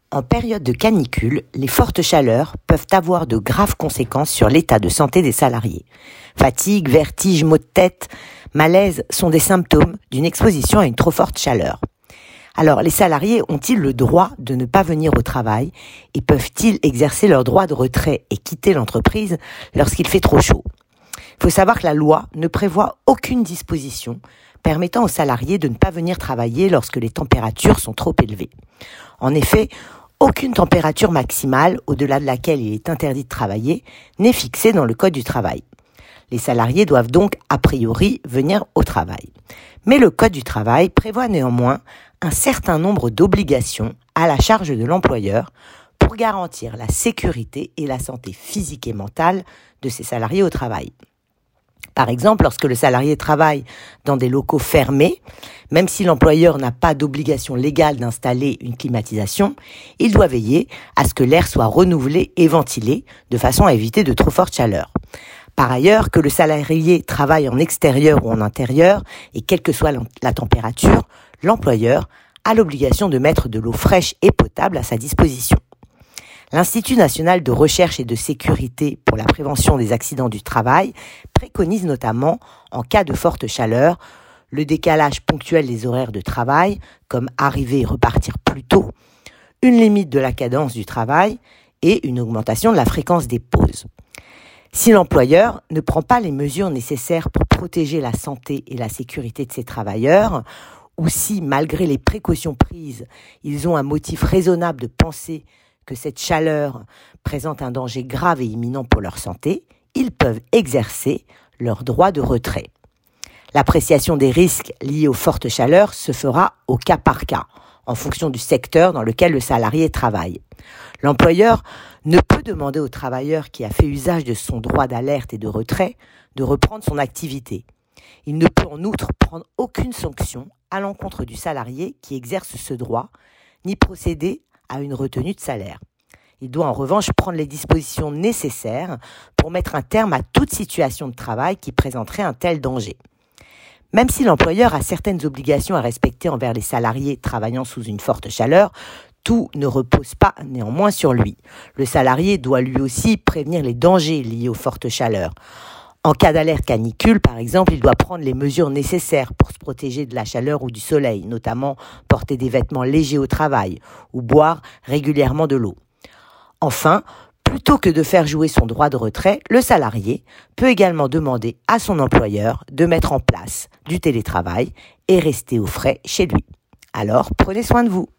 En période de canicule, les fortes chaleurs peuvent avoir de graves conséquences sur l'état de santé des salariés. Fatigue, vertige, maux de tête, malaise sont des symptômes d'une exposition à une trop forte chaleur. Alors, les salariés ont-ils le droit de ne pas venir au travail et peuvent-ils exercer leur droit de retrait et quitter l'entreprise lorsqu'il fait trop chaud ? Il faut savoir que la loi ne prévoit aucune disposition permettant aux salariés de ne pas venir travailler lorsque les températures sont trop élevées. En effet, aucune température maximale au-delà de laquelle il est interdit de travailler n'est fixée dans le Code du travail. Les salariés doivent donc, a priori, venir au travail. Mais le Code du travail prévoit néanmoins un certain nombre d'obligations à la charge de l'employeur pour garantir la sécurité et la santé physique et mentale de ses salariés au travail. Par exemple, lorsque le salarié travaille dans des locaux fermés, même si l'employeur n'a pas d'obligation légale d'installer une climatisation, il doit veiller à ce que l'air soit renouvelé et ventilé de façon à éviter de trop fortes chaleurs. Par ailleurs, que le salarié travaille en extérieur ou en intérieur, et quelle que soit la température, l'employeur a l'obligation de mettre de l'eau fraîche et potable à sa disposition. L'Institut national de recherche et de sécurité pour la prévention des accidents du travail préconise notamment, en cas de forte chaleur, le décalage ponctuel des horaires de travail, comme arriver et repartir plus tôt, une limite de la cadence du travail et une augmentation de la fréquence des pauses. Si l'employeur ne prend pas les mesures nécessaires pour protéger la santé et la sécurité de ses travailleurs, ou si, malgré les précautions prises, ils ont un motif raisonnable de penser que cette chaleur présente un danger grave et imminent pour leur santé, ils peuvent exercer leur droit de retrait. L'appréciation des risques liés aux fortes chaleurs se fera au cas par cas, en fonction du secteur dans lequel le salarié travaille. L'employeur ne peut demander au travailleur qui a fait usage de son droit d'alerte et de retrait de reprendre son activité. Il ne peut en outre prendre aucune sanction à l'encontre du salarié qui exerce ce droit, ni procéder à une retenue de salaire. Il doit en revanche prendre les dispositions nécessaires pour mettre un terme à toute situation de travail qui présenterait un tel danger. Même si l'employeur a certaines obligations à respecter envers les salariés travaillant sous une forte chaleur, tout ne repose pas néanmoins sur lui. Le salarié doit lui aussi prévenir les dangers liés aux fortes chaleurs. En cas d'alerte canicule, par exemple, il doit prendre les mesures nécessaires pour se protéger de la chaleur ou du soleil, notamment porter des vêtements légers au travail ou boire régulièrement de l'eau. Enfin, plutôt que de faire jouer son droit de retrait, le salarié peut également demander à son employeur de mettre en place du télétravail et rester au frais chez lui. Alors, prenez soin de vous.